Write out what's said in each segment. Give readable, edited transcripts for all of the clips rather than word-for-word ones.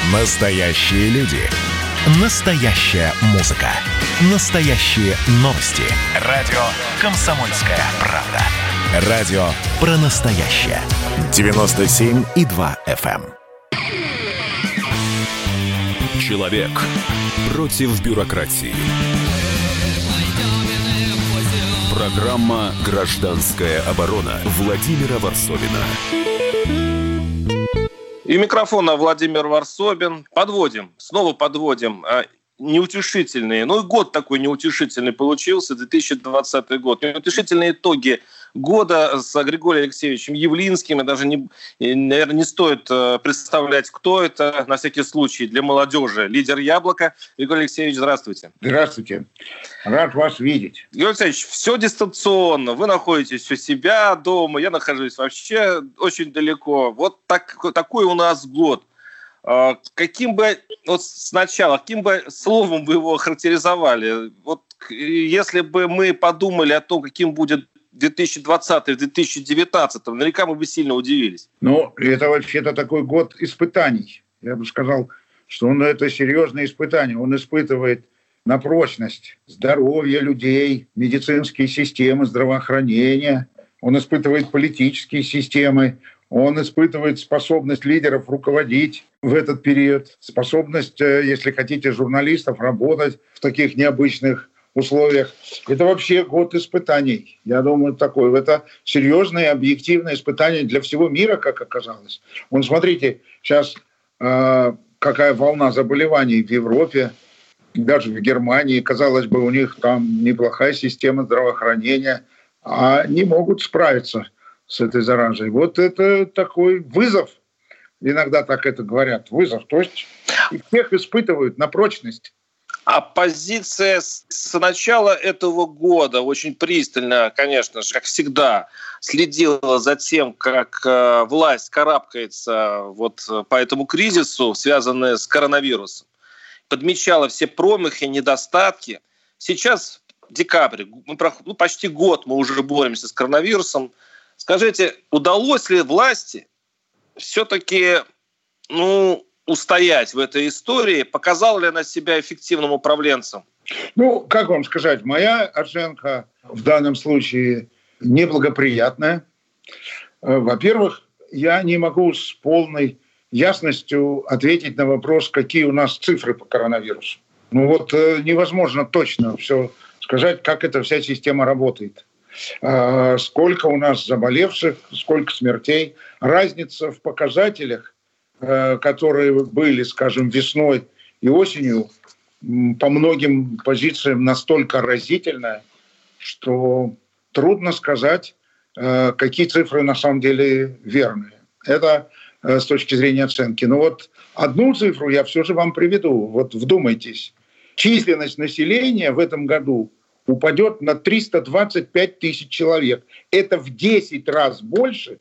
Настоящие люди. Настоящая музыка. Настоящие новости. Радио «Комсомольская правда». Радио про настоящее. 97,2 FM. Человек против бюрократии. Программа «Гражданская оборона» Владимира Варсобина. И микрофона Владимир Варсобин. Снова подводим неутешительные. И год такой неутешительный получился, 2020 год. Неутешительные итоги года с Григорием Алексеевичем Явлинским. И даже, наверное, не стоит представлять, кто это, на всякий случай, для молодежи. Лидер «Яблоко». Григорий Алексеевич, здравствуйте. Здравствуйте. Рад вас видеть. Григорий Алексеевич, все дистанционно. Вы находитесь у себя дома, я нахожусь вообще очень далеко. Вот такой у нас год. Каким бы словом вы его охарактеризовали? Вот если бы мы подумали о том, каким будет 2020 и 2019, наверняка мы бы сильно удивились. Это вообще-то такой год испытаний. Я бы сказал, что это серьезное испытание. Он испытывает на прочность здоровье людей, медицинские системы здравоохранения. Он испытывает политические системы. Он испытывает способность лидеров руководить в этот период, способность, если хотите, журналистов работать в таких необычных условиях. Это вообще год испытаний. Я думаю, это серьезное объективное испытание для всего мира, как оказалось. Смотрите, сейчас какая волна заболеваний в Европе, даже в Германии. Казалось бы, у них там неплохая система здравоохранения, а не могут справиться с этой заразой. Вот это такой вызов. Иногда так это говорят. Вызов. То есть всех испытывают на прочность. Оппозиция с начала этого года очень пристально, конечно же, как всегда, следила за тем, как власть карабкается по этому кризису, связанному с коронавирусом. Подмечала все промахи, недостатки. Сейчас декабрь, почти год мы уже боремся с коронавирусом. Скажите, удалось ли власти все-таки устоять в этой истории? Показала ли она себя эффективным управленцем? Как вам сказать, моя оценка в данном случае неблагоприятная. Во-первых, я не могу с полной ясностью ответить на вопрос, какие у нас цифры по коронавирусу. Невозможно точно все сказать, как эта вся система работает. Сколько у нас заболевших, сколько смертей. Разница в показателях, которые были, скажем, весной и осенью, по многим позициям настолько разительная, что трудно сказать, какие цифры на самом деле верные. Это с точки зрения оценки. Одну цифру я все же вам приведу. Вдумайтесь. Численность населения в этом году упадет на 325 тысяч человек. Это в 10 раз больше,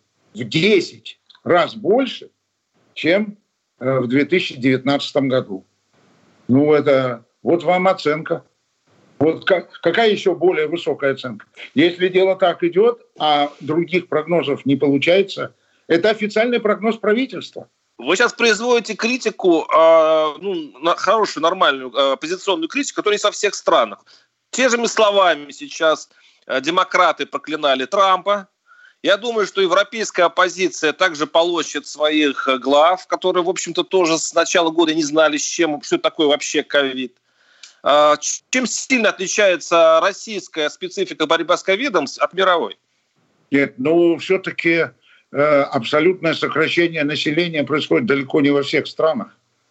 чем в 2019 году. Вот вам оценка. Какая еще более высокая оценка? Если дело так идет, а других прогнозов не получается, это официальный прогноз правительства. Вы сейчас производите критику, хорошую, нормальную оппозиционную критику, которая есть во всех странах. Те же словами сейчас демократы проклинали Трампа. Я думаю, что европейская оппозиция также полощет своих глав, которые, в общем-то, тоже с начала года не знали, что это такое вообще ковид. Чем сильно отличается российская специфика борьбы с ковидом от мировой? Нет, все-таки абсолютное сокращение населения происходит далеко не во всех странах.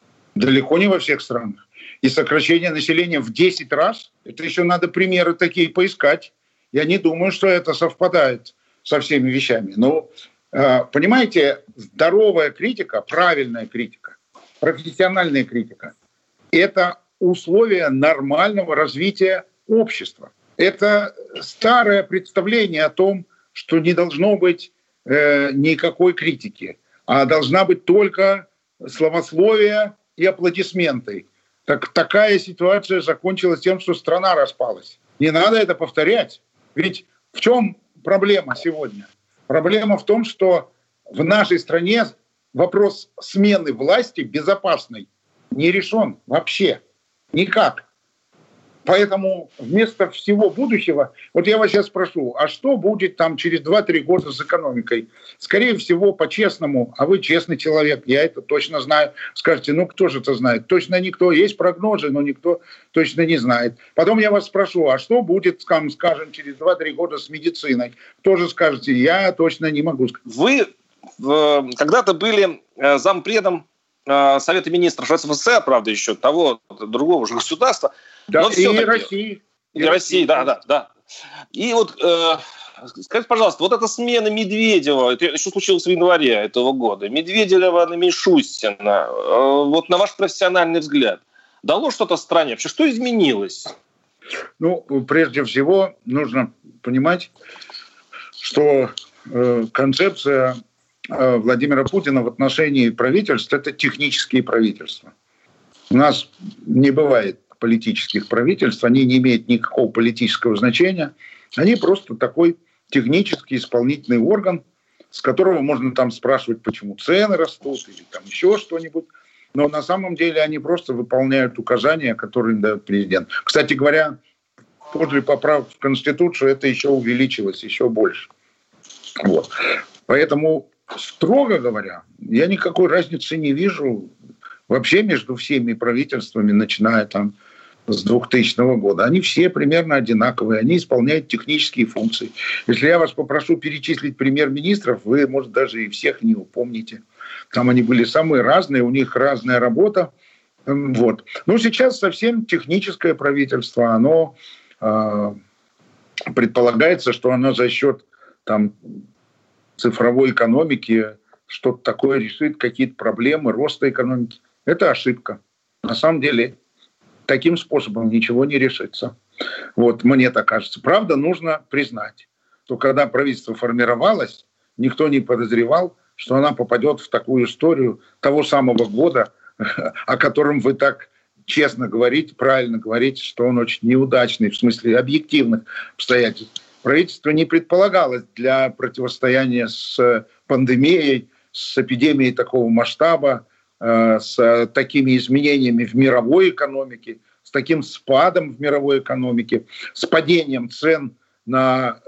И сокращение населения в 10 раз, это еще надо примеры такие поискать. Я не думаю, что это совпадает со всеми вещами. Понимаете, здоровая критика, правильная критика, профессиональная критика – это условия нормального развития общества. Это старое представление о том, что не должно быть никакой критики, а должна быть только словословие и аплодисменты. Такая ситуация закончилась тем, что страна распалась. Не надо это повторять. Ведь в чем проблема сегодня? Проблема в том, что в нашей стране вопрос смены власти безопасной не решен вообще. Никак. Поэтому вместо всего будущего, вот я вас сейчас спрошу, а что будет там через 2-3 года с экономикой? Скорее всего, по-честному, а вы честный человек, я это точно знаю. Скажете, ну кто же это знает? Точно никто. Есть прогнозы, но никто точно не знает. Потом я вас спрошу, а что будет, скажем, через 2-3 года с медициной? Тоже скажете, я точно не могу сказать. Вы когда-то были зампредом Совета министров СССР, правда, еще того, другого же государства. Да, и России. И России, да. И вот скажите, пожалуйста, вот эта смена Медведева, это еще случилось в январе этого года, Медведева на Мишустина, вот на ваш профессиональный взгляд, дало что-то стране? Вообще, что изменилось? Ну, прежде всего, нужно понимать, что концепция Владимира Путина в отношении правительств – это технические правительства. У нас не бывает политических правительств, они не имеют никакого политического значения. Они просто такой технический исполнительный орган, с которого можно там спрашивать, почему цены растут или там еще что-нибудь. Но на самом деле они просто выполняют указания, которые им дает президент. Кстати говоря, после поправок в Конституцию это еще увеличилось, еще больше. Вот. Поэтому, строго говоря, я никакой разницы не вижу вообще между всеми правительствами, начиная там с 2000 года. Они все примерно одинаковые, они исполняют технические функции. Если я вас попрошу перечислить премьер-министров, вы, может, даже и всех не упомните. Там они были самые разные, у них разная работа. Вот. Но сейчас совсем техническое правительство, оно предполагается, что оно за счет там цифровой экономики что-то такое решит, какие-то проблемы роста экономики. Это ошибка. На самом деле таким способом ничего не решится. Вот, мне так кажется. Правда, нужно признать, что когда правительство формировалось, никто не подозревал, что она попадет в такую историю того самого года, о котором вы так честно говорите, правильно говорите, что он очень неудачный в смысле объективных обстоятельств. Правительство не предполагалось для противостояния с пандемией, с эпидемией такого масштаба, с такими изменениями в мировой экономике, с таким спадом в мировой экономике, с падением цен на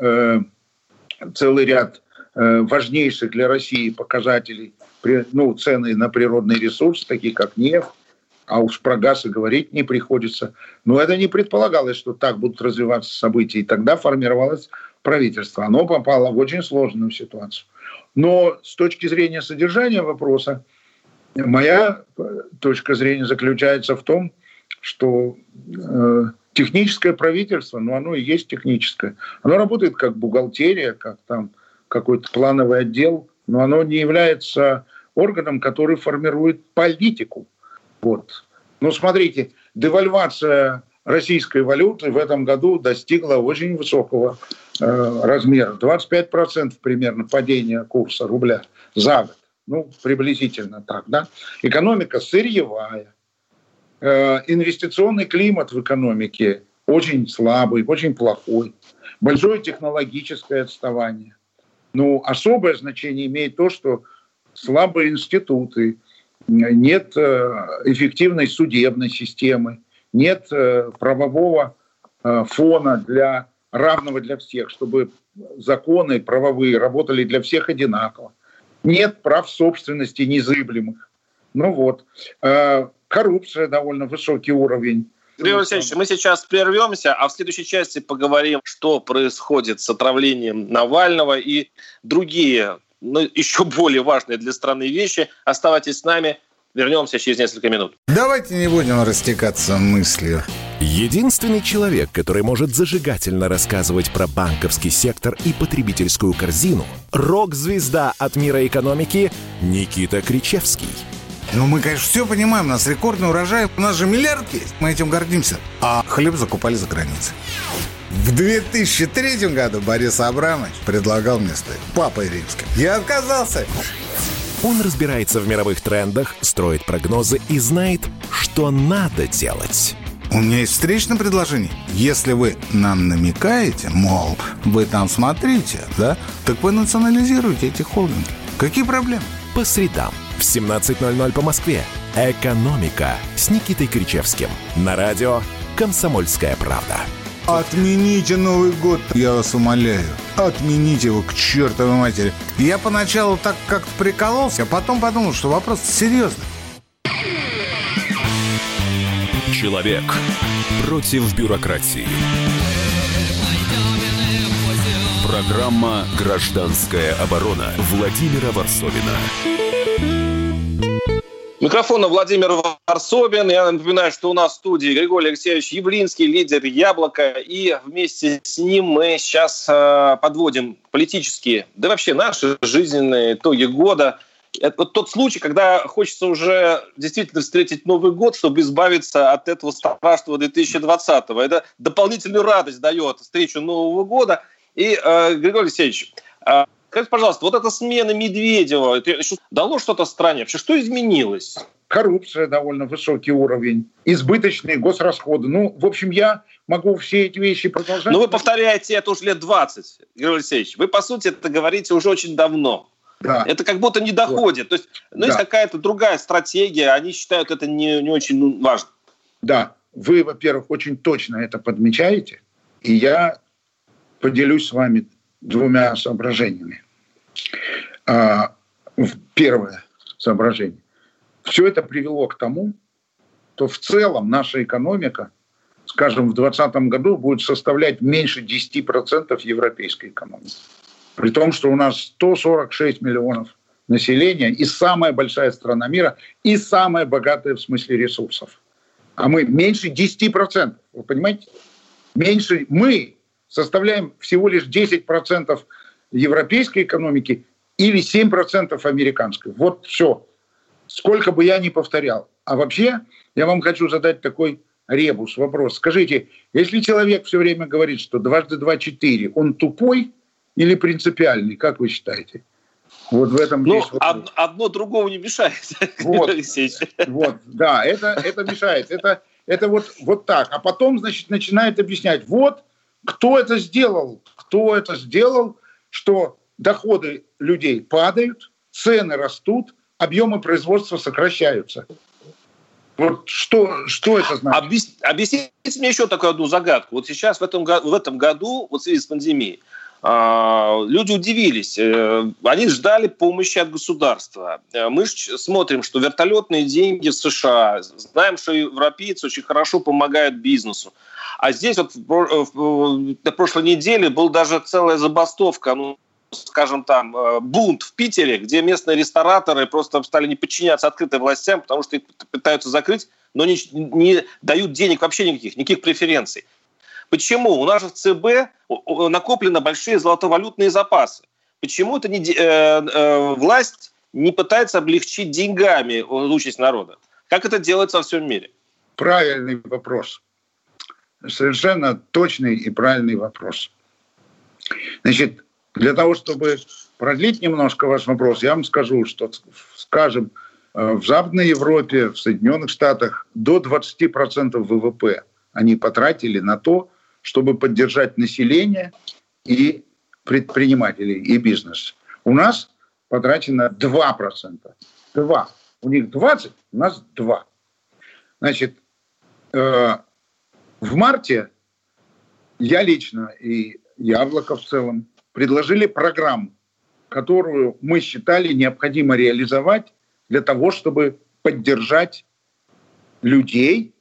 целый ряд важнейших для России показателей, цены на природные ресурсы, такие как нефть, а уж про газ и говорить не приходится. Но это не предполагалось, что так будут развиваться события. И тогда формировалось правительство. Оно попало в очень сложную ситуацию. Но с точки зрения содержания вопроса, моя точка зрения заключается в том, что техническое правительство, оно и есть техническое. Оно работает как бухгалтерия, как там какой-то плановый отдел, но оно не является органом, который формирует политику. Вот. Ну, смотрите, девальвация российской валюты в этом году достигла очень высокого размера. 25% примерно падения курса рубля за год. Ну, приблизительно так, да? Экономика сырьевая. Инвестиционный климат в экономике очень слабый, очень плохой. Большое технологическое отставание. Ну, особое значение имеет то, что слабые институты, нет эффективной судебной системы, нет правового фона равного для всех, чтобы законы правовые работали для всех одинаково. Нет прав собственности незыблемых. Ну вот. Коррупция довольно высокий уровень. Григорий Алексеевич, мы сейчас прервемся, а в следующей части поговорим, что происходит с отравлением Навального и другие, но еще более важные для страны вещи. Оставайтесь с нами. Вернемся через несколько минут. Давайте не будем растекаться мыслью. Единственный человек, который может зажигательно рассказывать про банковский сектор и потребительскую корзину – рок-звезда от мира экономики Никита Кричевский. Ну, мы, конечно, все понимаем, у нас рекордный урожай, у нас же миллиард есть, мы этим гордимся. А хлеб закупали за границей. В 2003 году Борис Абрамович предлагал мне стать папой римским. Я отказался. Он разбирается в мировых трендах, строит прогнозы и знает, что надо делать. У меня есть встречное предложение. Если вы нам намекаете, мол, вы там смотрите, да, так вы национализируете эти холдинги. Какие проблемы? По средам в 17:00 по Москве. «Экономика» с Никитой Кричевским. На радио «Комсомольская правда». Отмените Новый год, я вас умоляю. Отмените его к чертовой матери. Я поначалу так как-то прикололся, а потом подумал, что вопрос серьезный. Человек против бюрократии. Программа «Гражданская оборона» Владимира Варсовина. Микрофон Владимир Варсобин. Я напоминаю, что у нас в студии Григорий Алексеевич Явлинский, лидер «Яблоко». И вместе с ним мы сейчас подводим политические, да вообще наши жизненные итоги года. Это вот тот случай, когда хочется уже действительно встретить Новый год, чтобы избавиться от этого страшного 2020-го. Это дополнительную радость дает встречу Нового года. И, Григорий Алексеевич, скажите, пожалуйста, вот эта смена Медведева, это дало что-то стране? Вообще, что изменилось? Коррупция, довольно высокий уровень, избыточные госрасходы. Ну, в общем, я могу все эти вещи продолжать. Но вы повторяете это уже лет 20, Григорий Алексеевич. Вы, по сути, это говорите уже очень давно. Да. Это как будто не доходит. То есть, есть какая-то другая стратегия, они считают это не очень важно. Да, вы, во-первых, очень точно это подмечаете, и я поделюсь с вами двумя соображениями. Первое соображение. Все это привело к тому, что в целом наша экономика, скажем, в 2020 году будет составлять меньше 10% европейской экономики. При том, что у нас 146 миллионов населения и самая большая страна мира, и самая богатая в смысле ресурсов. А мы меньше 10%. Вы понимаете? Меньше мы составляем всего лишь 10% европейской экономики или 7% американской. Вот все. Сколько бы я ни повторял. А вообще, я вам хочу задать такой ребус, вопрос. Скажите, если человек все время говорит, что 2 × 2 = 4, он тупой или принципиальный? Как вы считаете? Вот в этом есть вопрос. Одно другого не мешает. Вот, да, это мешает. Это вот так. А потом, значит, начинает объяснять, вот, кто это сделал, что доходы людей падают, цены растут, объемы производства сокращаются. Вот что это значит? Объясните мне еще такую одну загадку. Вот сейчас в этом году, вот в связи с пандемией, люди удивились. Они ждали помощи от государства. Мы смотрим, что вертолетные деньги в США, знаем, что европейцы очень хорошо помогают бизнесу. А здесь вот на прошлой неделе была даже целая забастовка, скажем там, бунт в Питере, где местные рестораторы просто стали не подчиняться открытой властям, потому что их пытаются закрыть, но не дают денег вообще никаких преференций. Почему? У нас же в ЦБ накоплены большие золотовалютные запасы. Почему это власть не пытается облегчить деньгами участь народа? Как это делается во всем мире? Правильный вопрос. Совершенно точный и правильный вопрос. Значит, для того, чтобы продлить немножко ваш вопрос, я вам скажу, что, скажем, в Западной Европе, в Соединенных Штатах до 20% ВВП они потратили на то, чтобы поддержать население и предпринимателей, и бизнес. У нас потрачено 2%. 2. У них 20, у нас 2. Значит, в марте я лично и Яблоко в целом предложили программу, которую мы считали необходимо реализовать для того, чтобы поддержать людей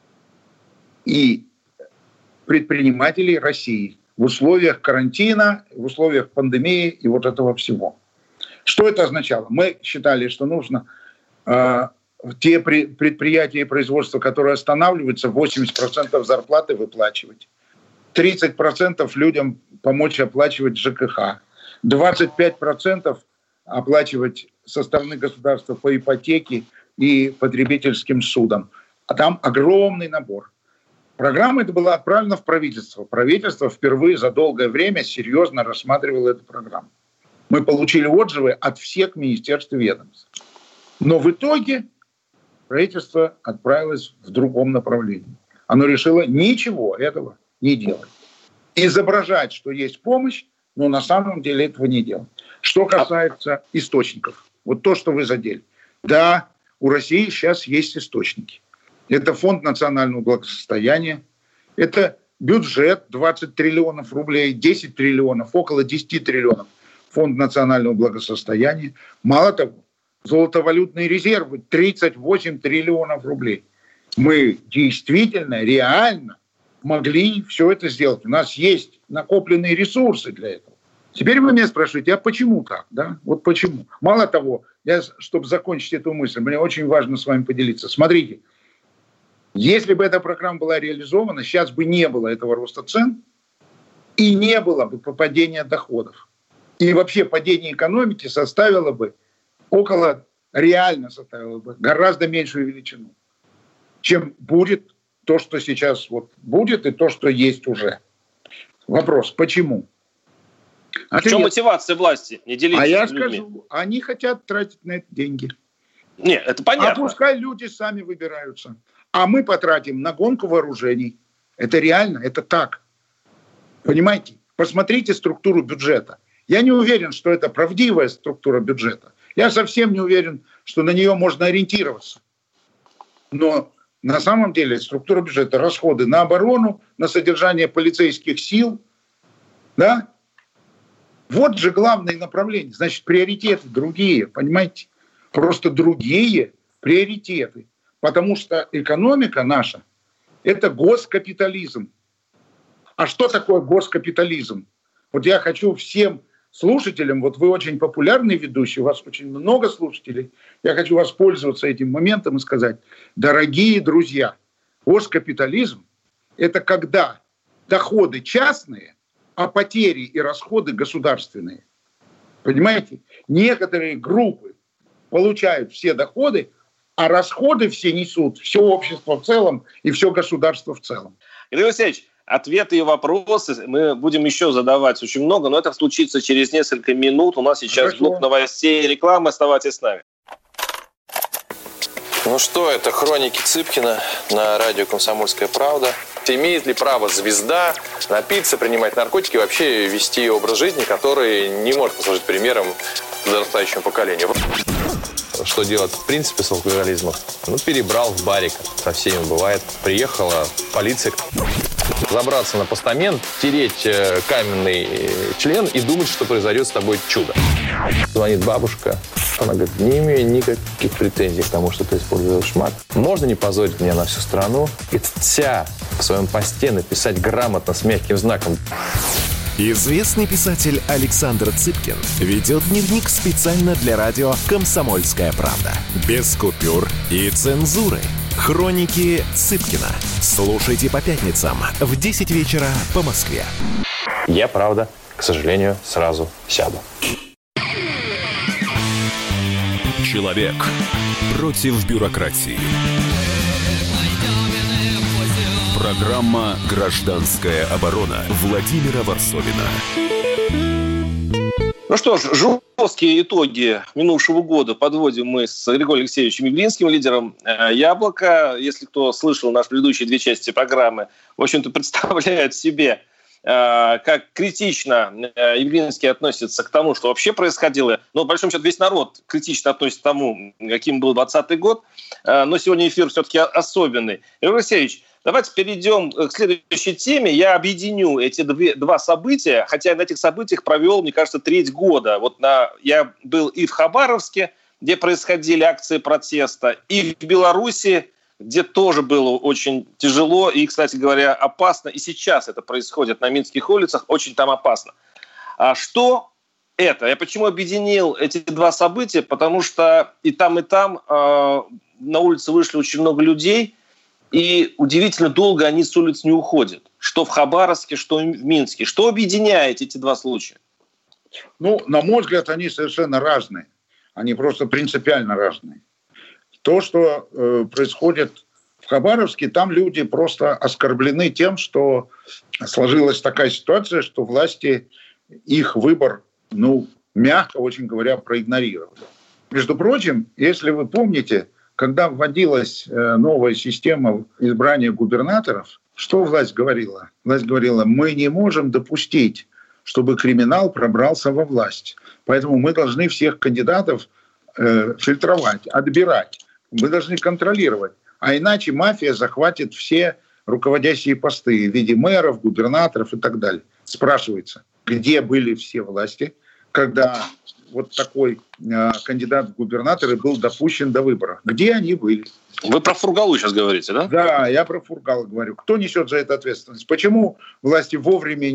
и предпринимателей России в условиях карантина, в условиях пандемии и вот этого всего. Что это означало? Мы считали, что нужно те предприятия и производства, которые останавливаются, 80% зарплаты выплачивать, 30% людям помочь оплачивать ЖКХ, 25% оплачивать со стороны государства по ипотеке и потребительским судам. А там огромный набор. Программа эта была отправлена в правительство. Правительство впервые за долгое время серьезно рассматривало эту программу. Мы получили отзывы от всех министерств и ведомств. Но в итоге правительство отправилось в другом направлении. Оно решило ничего этого не делать. Изображать, что есть помощь, но на самом деле этого не делать. Что касается источников, вот то, что вы задели. Да, у России сейчас есть источники. Это фонд национального благосостояния, это бюджет 20 триллионов рублей, 10 триллионов, около 10 триллионов фонд национального благосостояния. Мало того, золотовалютные резервы 38 триллионов рублей. Мы действительно, реально могли все это сделать. У нас есть накопленные ресурсы для этого. Теперь вы меня спрашиваете, а почему так? Да? Вот почему? Мало того, чтобы закончить эту мысль, мне очень важно с вами поделиться. Смотрите, если бы эта программа была реализована, сейчас бы не было этого роста цен и не было бы падения доходов. И вообще падение экономики составило бы реально составило бы гораздо меньшую величину, чем будет то, что сейчас будет, и то, что есть уже. Вопрос, почему? В чем мотивация власти? Не делиться с людьми. Скажу, они хотят тратить на это деньги. Нет, это понятно. А пускай люди сами выбираются. А мы потратим на гонку вооружений. Это реально, это так. Понимаете? Посмотрите структуру бюджета. Я не уверен, что это правдивая структура бюджета. Я совсем не уверен, что на нее можно ориентироваться. Но на самом деле структура бюджета, расходы на оборону, на содержание полицейских сил, да? Вот же главное направление. Значит, приоритеты другие, понимаете? Просто другие приоритеты. Потому что экономика наша – это госкапитализм. А что такое госкапитализм? Вот я хочу всем слушателям, вот вы очень популярный ведущий, у вас очень много слушателей, я хочу воспользоваться этим моментом и сказать, дорогие друзья, госкапитализм – это когда доходы частные, а потери и расходы государственные. Понимаете? Некоторые группы получают все доходы, а расходы все несут все общество в целом и все государство в целом. Григорий Алексеевич, ответы и вопросы мы будем еще задавать очень много, но это случится через несколько минут. У нас сейчас блок новостей и рекламы. Оставайтесь с нами. Ну что, это хроники Цыпкина на радио «Комсомольская правда». Имеет ли право звезда напиться, принимать наркотики и вообще вести образ жизни, который не может послужить примером подрастающему поколению? Что делать в принципе с алкоголизмом? Перебрал в барик, со всеми бывает. Приехала полиция. Забраться на постамент, тереть каменный член и думать, что произойдет с тобой чудо. Звонит бабушка. Она говорит, не имею никаких претензий к тому, что ты используешь мат. Можно не позорить меня на всю страну и вся в своем посте написать грамотно с мягким знаком. Известный писатель Александр Цыпкин ведет дневник специально для радио «Комсомольская правда». Без купюр и цензуры. Хроники Цыпкина. Слушайте по пятницам в 10 вечера по Москве. Я, правда, к сожалению, сразу сяду. Человек против бюрократии. Программа «Гражданская оборона» Владимира Варсовина. Ну что ж, жесткие итоги минувшего года подводим мы с Григорием Алексеевичем Явлинским, лидером «Яблоко». Если кто слышал наши предыдущие две части программы, в общем-то, представляет себе, как критично Явлинский относится к тому, что вообще происходило. Но, по большому счету, весь народ критично относится к тому, каким был 2020 год. Но сегодня эфир все-таки особенный. Григорий Алексеевич, давайте перейдем к следующей теме. Я объединю эти два события, хотя я на этих событиях провел, мне кажется, треть года. Я был и в Хабаровске, где происходили акции протеста, и в Беларуси, где тоже было очень тяжело и, кстати говоря, опасно. И сейчас это происходит на минских улицах, очень там опасно. А что это? Я почему объединил эти два события? Потому что и там на улицы вышли очень много людей, и удивительно долго они с улиц не уходят. Что в Хабаровске, что в Минске. Что объединяет эти два случая? На мой взгляд, они совершенно разные. Они просто принципиально разные. То, что происходит в Хабаровске, там люди просто оскорблены тем, что сложилась такая ситуация, что власти их выбор, мягко очень говоря, проигнорировали. Между прочим, если вы помните, когда вводилась новая система избрания губернаторов, что власть говорила? Власть говорила, мы не можем допустить, чтобы криминал пробрался во власть. Поэтому мы должны всех кандидатов фильтровать, отбирать. Мы должны контролировать. А иначе мафия захватит все руководящие посты в виде мэров, губернаторов и так далее. Спрашивается, где были все власти, когда вот такой кандидат в губернаторы был допущен до выборов? Где они были? Вы про Фургалу сейчас говорите, да? Да, я про Фургалу говорю. Кто несет за это ответственность? Почему власти вовремя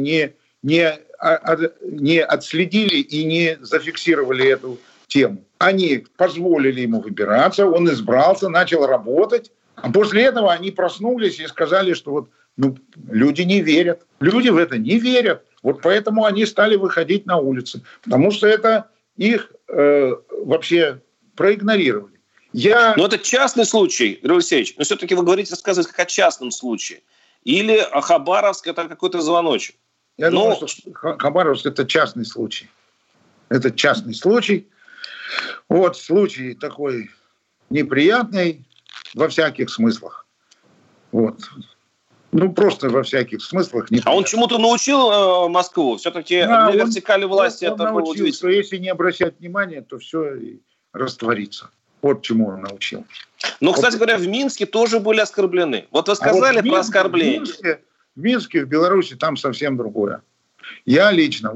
не отследили и не зафиксировали эту тему? Они позволили ему выбираться, он избрался, начал работать. А после этого они проснулись и сказали, что люди не верят. Люди в это не верят. Вот поэтому они стали выходить на улицы. Потому что это их вообще проигнорировали. Но это частный случай, Григорий Алексеевич. Но все-таки вы рассказываете как о частном случае. Или Хабаровск – это какой-то звоночек. Я думаю, что Хабаровск – это частный случай. Это частный случай. Вот случай такой неприятный во всяких смыслах. Вот. Просто во всяких смыслах. Неприятный. А он чему-то научил Москву? Все-таки для вертикали власти он это было удивительно. Что если не обращать внимания, то все растворится. Вот чему он научил. Но, кстати говоря, в Минске тоже были оскорблены. Вот вы сказали про оскорбление. В Минске, в Беларуси там совсем другое. Я лично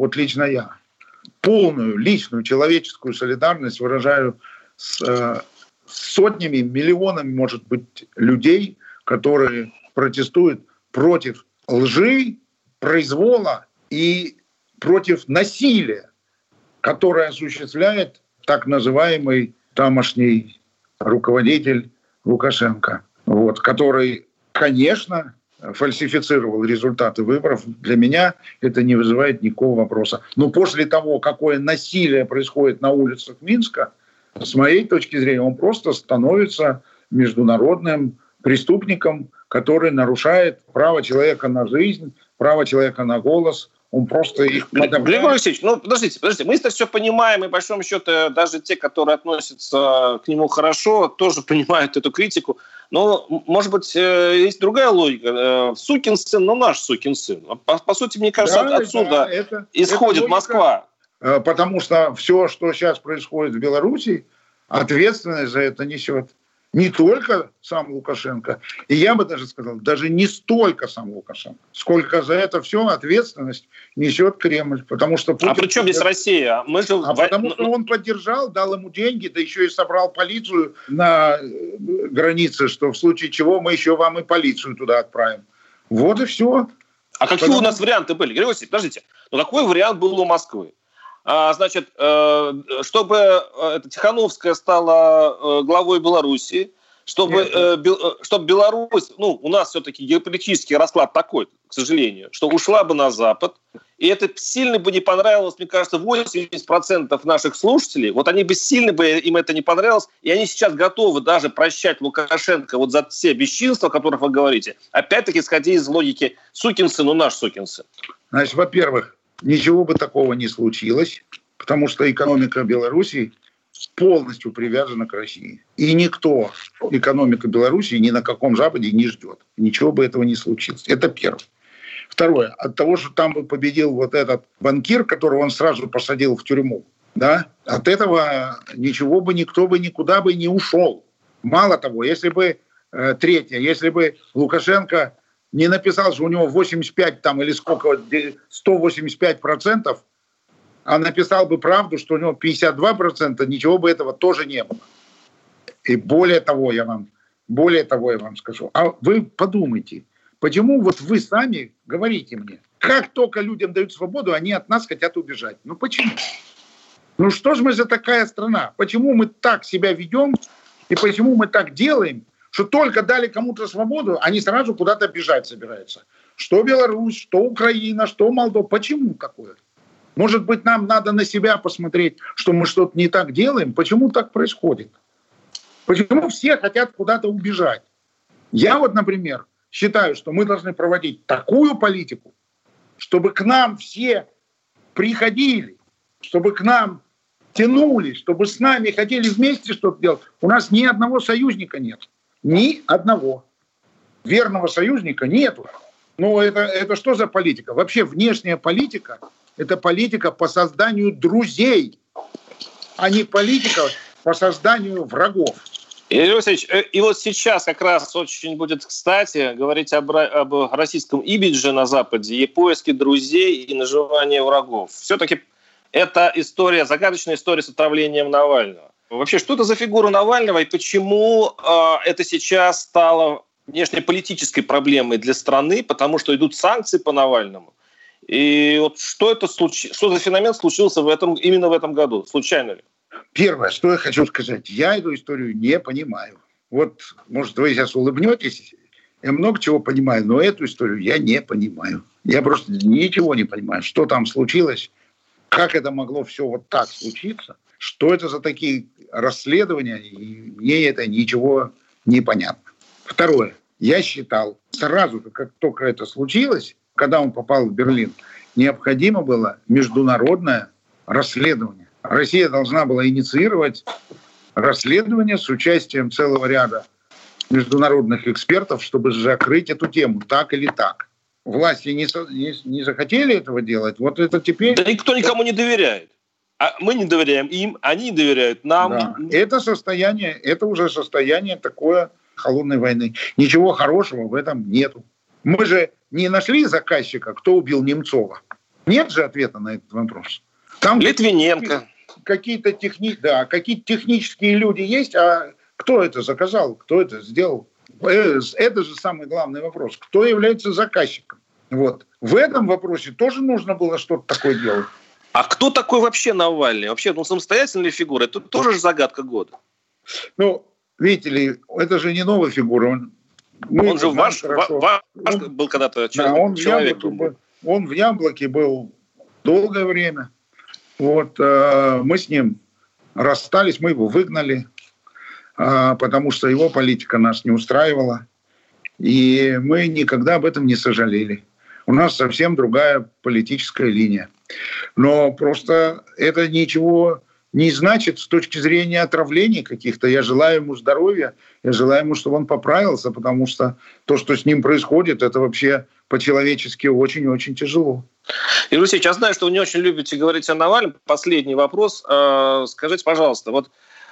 полную личную человеческую солидарность выражаю с сотнями, миллионами, может быть, людей, которые протестуют против лжи, произвола и против насилия, которое осуществляет так называемый тамошний руководитель Лукашенко, который, конечно, фальсифицировал результаты выборов. Для меня это не вызывает никакого вопроса. Но после того, какое насилие происходит на улицах Минска, с моей точки зрения, он просто становится международным преступником, который нарушает право человека на жизнь, право человека на голос. Он просто их подавляет. Григорий Алексеевич, подождите. Мы это все понимаем, и, по большому счету, даже те, которые относятся к нему хорошо, тоже понимают эту критику. Но, может быть, есть другая логика. Сукин сын, наш сукин сын. По сути, мне кажется, отсюда исходит Москва. Потому что все, что сейчас происходит в Беларуси, ответственность за это несет не только сам Лукашенко, и я бы даже сказал, даже не столько сам Лукашенко, сколько за это все ответственность несет Кремль. Потому что Путин... А при чем здесь Россия? Потому что он поддержал, дал ему деньги, да еще и собрал полицию на границе, что в случае чего мы еще вам и полицию туда отправим. Вот и все. А какие у нас варианты были? Григорий Васильевич, подождите. Какой вариант был у Москвы? Значит, чтобы Тихановская стала главой Белоруссии, чтобы Беларусь, у нас все-таки геополитический расклад такой, к сожалению, что ушла бы на Запад, и это сильно бы не понравилось, мне кажется, 80% наших слушателей, они бы сильно им это не понравилось, и они сейчас готовы даже прощать Лукашенко за все бесчинства, о которых вы говорите, опять-таки исходя из логики «сукин сын, наш сукин сын». Значит, во-первых, ничего бы такого не случилось, потому что экономика Беларуси полностью привязана к России. И никто экономику Беларуси ни на каком Западе не ждет. Ничего бы этого не случилось. Это первое. Второе. От того, что там бы победил этот банкир, которого он сразу посадил в тюрьму, от этого ничего бы никто бы никуда бы не ушел. Мало того, если бы Лукашенко не написал, что у него 85 или сколько, 185%, а написал бы правду, что у него 52%, ничего бы этого тоже не было. И более того я вам скажу. А вы подумайте, почему вы сами говорите мне, как только людям дают свободу, они от нас хотят убежать? Почему? Что же мы за такая страна? Почему мы так себя ведем и почему мы так делаем, что только дали кому-то свободу, они сразу куда-то бежать собираются. Что Беларусь, что Украина, что Молдова. Почему такое? Может быть, нам надо на себя посмотреть, что мы что-то не так делаем? Почему так происходит? Почему все хотят куда-то убежать? Я например, считаю, что мы должны проводить такую политику, чтобы к нам все приходили, чтобы к нам тянулись, чтобы с нами хотели вместе что-то делать. У нас ни одного союзника нет. Ни одного. Верного союзника нету. Это что за политика? Вообще внешняя политика – это политика по созданию друзей, а не политика по созданию врагов. Игорь Васильевич, и вот сейчас как раз очень будет кстати говорить об российском имидже на Западе и поиске друзей и наживание врагов. Все-таки это история, загадочная история с отравлением Навального. Вообще, что это за фигура Навального и почему это сейчас стало внешнеполитической проблемой для страны, потому что идут санкции по Навальному. И вот что за феномен случился именно в этом году? Случайно ли? Первое, что я хочу сказать, я эту историю не понимаю. Вот, может, вы сейчас улыбнетесь, я много чего понимаю, но эту историю я не понимаю. Я просто ничего не понимаю, что там случилось, как это могло все вот так случиться, что это за такие расследования, и мне это ничего не понятно. Второе, я считал, сразу, как только это случилось, когда он попал в Берлин, необходимо было международное расследование. Россия должна была инициировать расследование с участием целого ряда международных экспертов, чтобы закрыть эту тему, так или так. Власти не захотели этого делать, вот это теперь... Да никто никому не доверяет. А мы не доверяем им, они не доверяют нам. Да. Это уже состояние такое холодной войны. Ничего хорошего в этом нету. Мы же не нашли заказчика, кто убил Немцова. Нет же ответа на этот вопрос. Там Литвиненко. Какие-то технические люди есть, а кто это заказал, кто это сделал? Это же самый главный вопрос. Кто является заказчиком? Вот. В этом вопросе тоже нужно было что-то такое делать. А кто такой вообще Навальный? Вообще, самостоятельная фигура? Это тоже же загадка года. Ну, видите ли, это же не новая фигура. Он же ваш был когда-то человек. Он в Яблоке был долгое время. Вот, мы с ним расстались, мы его выгнали, потому что его политика нас не устраивала. И мы никогда об этом не сожалели. У нас совсем другая политическая линия. Но просто это ничего не значит с точки зрения отравлений каких-то. Я желаю ему здоровья, я желаю ему, чтобы он поправился, потому что то, что с ним происходит, это вообще по-человечески очень-очень тяжело. Игорь Алексеевич, я знаю, что вы не очень любите говорить о Навальном. Последний вопрос. Скажите, пожалуйста, вот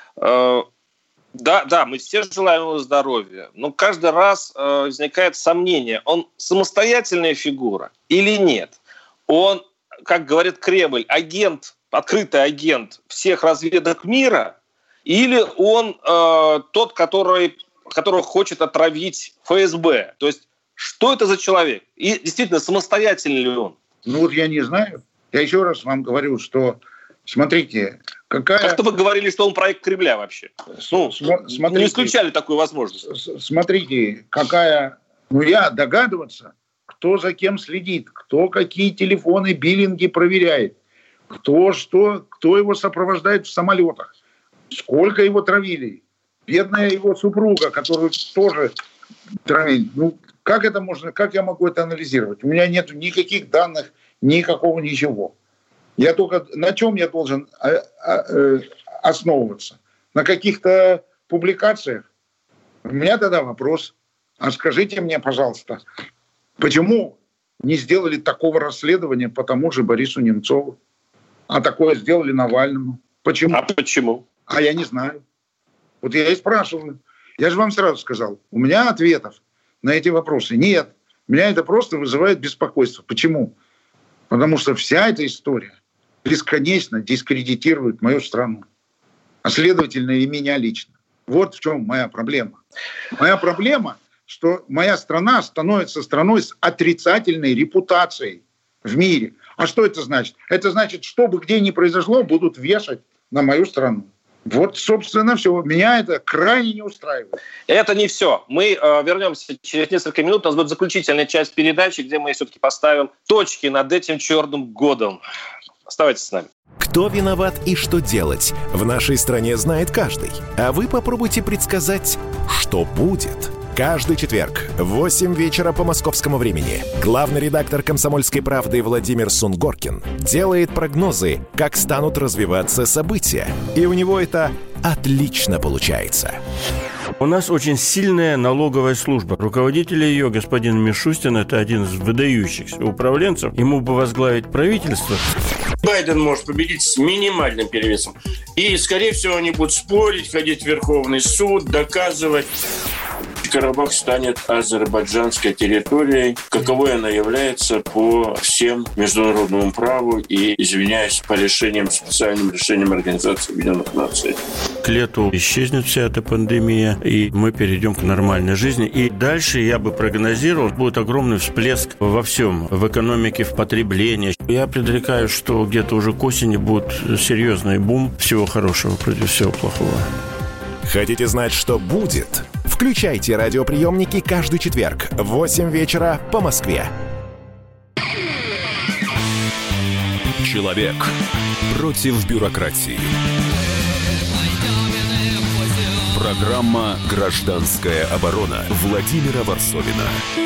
да, мы все желаем ему здоровья, но каждый раз возникает сомнение, он самостоятельная фигура или нет? Он, как говорит Кремль, открытый агент всех разведок мира, или он тот, которого хочет отравить ФСБ? То есть что это за человек? И действительно, самостоятельный ли он? Ну вот я не знаю. Я еще раз вам говорю, что смотрите, Как-то вы говорили, что он проект Кремля вообще. Не исключали такую возможность. Смотрите, я догадываться, кто за кем следит, кто какие телефоны, биллинги проверяет, кто его сопровождает в самолетах, сколько его травили. Бедная его супруга, которую тоже травили. Как я могу это анализировать? У меня нет никаких данных, ничего. Я только на чем я должен основываться? На каких-то публикациях? У меня тогда вопрос. А скажите мне, пожалуйста, почему не сделали такого расследования по тому же Борису Немцову? А такое сделали Навальному? Почему? А почему? А я не знаю. Вот я и спрашиваю. Я же вам сразу сказал, у меня ответов на эти вопросы нет. Меня это просто вызывает беспокойство. Почему? Потому что вся эта история бесконечно дискредитирует мою страну. А следовательно, и меня лично. Вот в чем моя проблема. Моя проблема, что моя страна становится страной с отрицательной репутацией в мире. А что это значит? Это значит, что бы где ни произошло, будут вешать на мою страну. Вот, собственно, все. Меня это крайне не устраивает. Это не все. Мы вернемся через несколько минут. У нас будет заключительная часть передачи, где мы все-таки поставим точки над этим черным годом. Оставайтесь с нами. Кто виноват и что делать, в нашей стране знает каждый. А вы попробуйте предсказать, что будет. Каждый четверг в 8 вечера по московскому времени главный редактор «Комсомольской правды» Владимир Сунгоркин делает прогнозы, как станут развиваться события. И у него это отлично получается. У нас очень сильная налоговая служба. Руководитель ее, господин Мишустин, это один из выдающихся управленцев. Ему бы возглавить правительство. Байден может победить с минимальным перевесом. И, скорее всего, они будут спорить, ходить в Верховный суд, доказывать. Карабах станет азербайджанской территорией, каковой она является по всем международному праву и, извиняюсь, по специальным решениям Организации Объединенных Наций. К лету исчезнет вся эта пандемия, и мы перейдем к нормальной жизни. И дальше, я бы прогнозировал, будет огромный всплеск во всем, в экономике, в потреблении. Я предрекаю, что где-то уже к осени будет серьезный бум всего хорошего против всего плохого. Хотите знать, что будет? Включайте радиоприемники каждый четверг в 8 вечера по Москве. Человек против бюрократии. Программа «Гражданская оборона» Владимира Варсовина.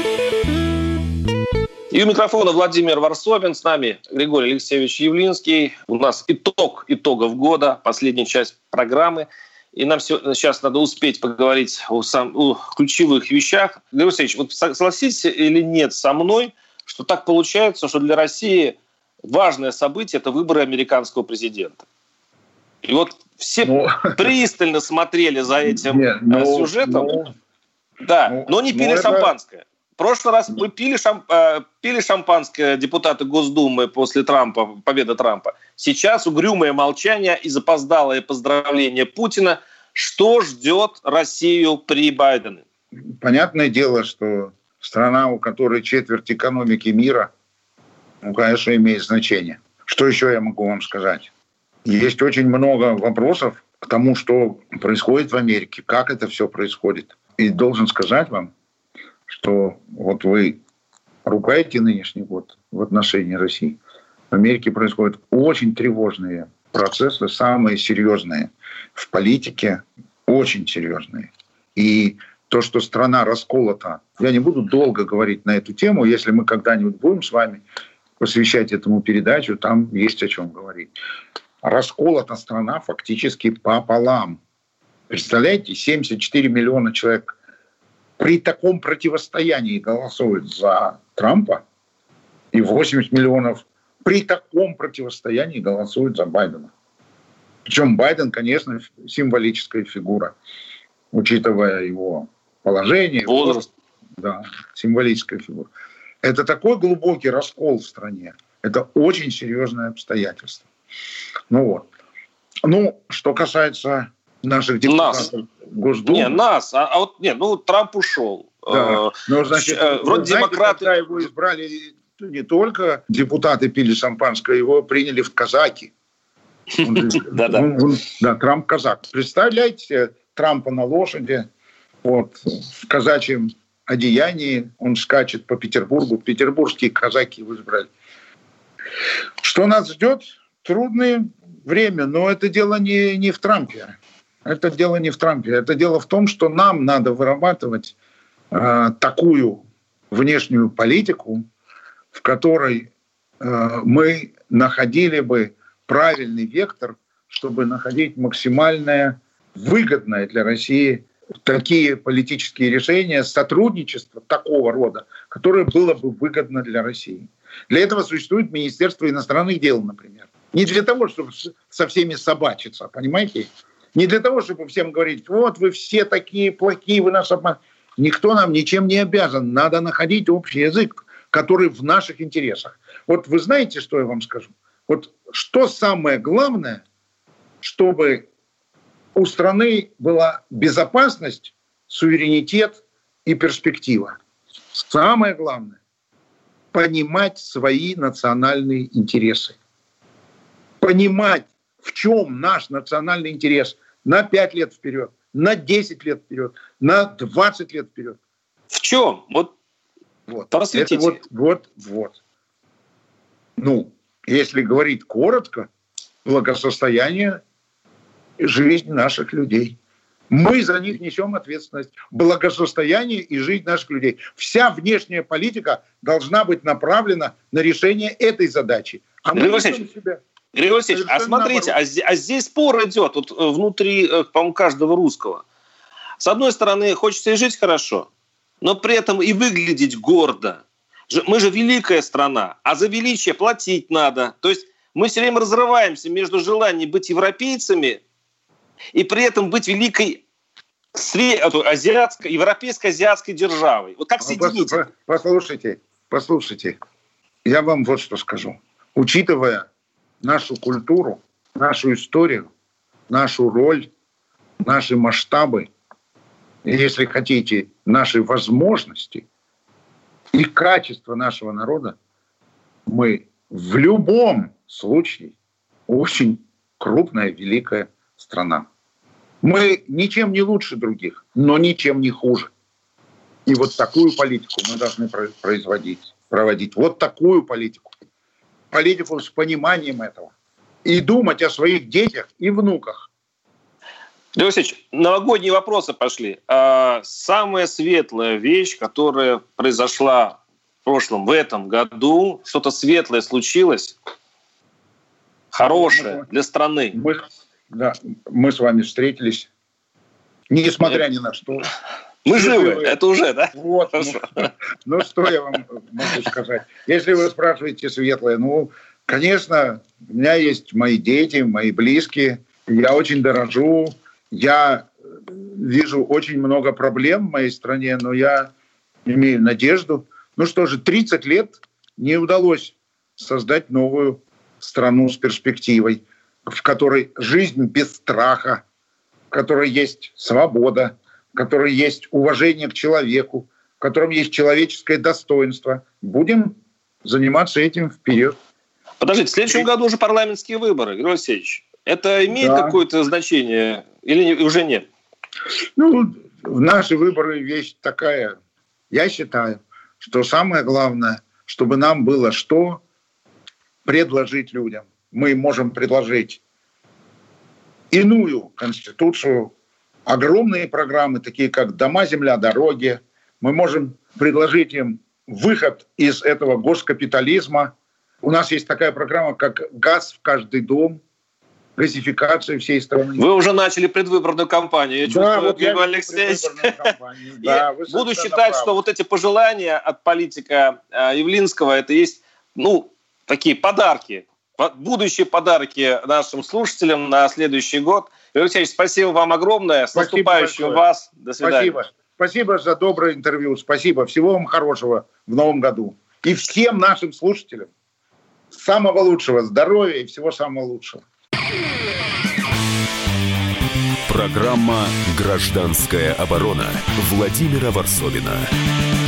И у микрофона Владимир Варсовин, с нами Григорий Алексеевич Явлинский. У нас итогов года, последняя часть программы. И нам сейчас надо успеть поговорить о ключевых вещах. Григорий Алексеевич, вот согласитесь или нет со мной, что так получается, что для России важное событие – это выборы американского президента. И вот все пристально смотрели за этим сюжетом. Но не пили шампанское. В прошлый раз мы пили шампанское депутаты Госдумы после победы Трампа. Сейчас угрюмое молчание и запоздалое поздравление Путина. Что ждет Россию при Байдене? Понятное дело, что страна, у которой четверть экономики мира, конечно, имеет значение. Что еще я могу вам сказать? Есть очень много вопросов к тому, что происходит в Америке, как это все происходит. И должен сказать вам, что вот вы ругаете нынешний год в отношении России. В Америке происходят очень тревожные процессы, самые серьезные в политике, очень серьезные. И то, что страна расколота, я не буду долго говорить на эту тему, если мы когда-нибудь будем с вами посвящать этому передачу, там есть о чем говорить. Расколота страна фактически пополам. Представляете, 74 миллиона человек при таком противостоянии голосуют за Трампа, и 80 миллионов при таком противостоянии голосуют за Байдена. Причем Байден, конечно, символическая фигура, учитывая его положение. Возраст. Да, символическая фигура. Это такой глубокий раскол в стране. Это очень серьезное обстоятельство. Что касается наших депутатов Госдумы. Не, нас. Трамп ушел. Да. Вроде демократы... Когда его избрали, не только депутаты пили шампанское, его приняли в казаки. Да, Трамп казак. Представляете себе Трампа на лошади, в казачьем одеянии, он скачет по Петербургу. Петербургские казаки его избрали. Что нас ждет? Трудное время, но это дело не в Трампе. Это дело не в Трампе. Это дело в том, что нам надо вырабатывать такую внешнюю политику, в которой мы находили бы правильный вектор, чтобы находить максимально выгодное для России такие политические решения, сотрудничество такого рода, которое было бы выгодно для России. Для этого существует Министерство иностранных дел, например. Не для того, чтобы со всеми собачиться, понимаете? Не для того, чтобы всем говорить, вот вы все такие плохие, вы нас обманываете. Никто нам ничем не обязан. Надо находить общий язык, который в наших интересах. Вот вы знаете, что я вам скажу? Вот что самое главное, чтобы у страны была безопасность, суверенитет и перспектива. Самое главное – понимать свои национальные интересы. Понимать, в чем наш национальный интерес на 5 лет вперед, на 10 лет вперед, на 20 лет вперед. В чем? Просветите. Если говорить коротко, благосостояние и жизнь наших людей. Мы за них несем ответственность. Благосостояние и жизнь наших людей. Вся внешняя политика должна быть направлена на решение этой задачи. А мы несем себя. Григорий Алексеевич, смотрите, здесь спор идет внутри, по-моему, каждого русского. С одной стороны, хочется и жить хорошо, но при этом и выглядеть гордо. Мы же великая страна, а за величие платить надо. То есть мы все время разрываемся между желанием быть европейцами и при этом быть великой европейско-азиатской державой. Вот как соединить? Послушайте. Я вам вот что скажу. Учитывая нашу культуру, нашу историю, нашу роль, наши масштабы, и, если хотите, наши возможности и качество нашего народа, мы в любом случае очень крупная, великая страна. Мы ничем не лучше других, но ничем не хуже. И вот такую политику мы должны проводить. Вот такую политику. Политику с пониманием этого. И думать о своих детях и внуках. Григорий Алексеевич, новогодние вопросы пошли. Самая светлая вещь, которая произошла в этом году, что-то светлое случилось, хорошее для страны. Мы с вами встретились, несмотря ни на что. Мы живы, это уже, да? Вот, ну что я вам могу сказать? Если вы спрашиваете светлое, конечно, у меня есть мои дети, мои близкие, я очень дорожу, я вижу очень много проблем в моей стране, но я имею надежду. 30 лет не удалось создать новую страну с перспективой, в которой жизнь без страха, в которой есть свобода, в которой есть уважение к человеку, в котором есть человеческое достоинство. Будем заниматься этим вперед. Подождите, в следующем году уже парламентские выборы, Григорий Алексеевич. Это имеет какое-то значение или уже нет? Наши выборы вещь такая. Я считаю, что самое главное, чтобы нам было что предложить людям. Мы можем предложить иную конституцию, огромные программы, такие как «Дома, земля, дороги». Мы можем предложить им выход из этого госкапитализма. У нас есть такая программа, как «Газ в каждый дом», газификация всей страны. Вы уже начали предвыборную кампанию. Я чувствую, Григорий Алексеевич. Буду считать, что вот эти пожелания от политика Явлинского, это есть, такие подарки, будущие подарки нашим слушателям на следующий год. Григорий Алексеевич, спасибо вам огромное. С наступающим вас. До свидания. Спасибо за доброе интервью. Спасибо. Всего вам хорошего в новом году. И всем нашим слушателям самого лучшего здоровья и всего самого лучшего. Программа «Гражданская оборона» Владимира Варсовина.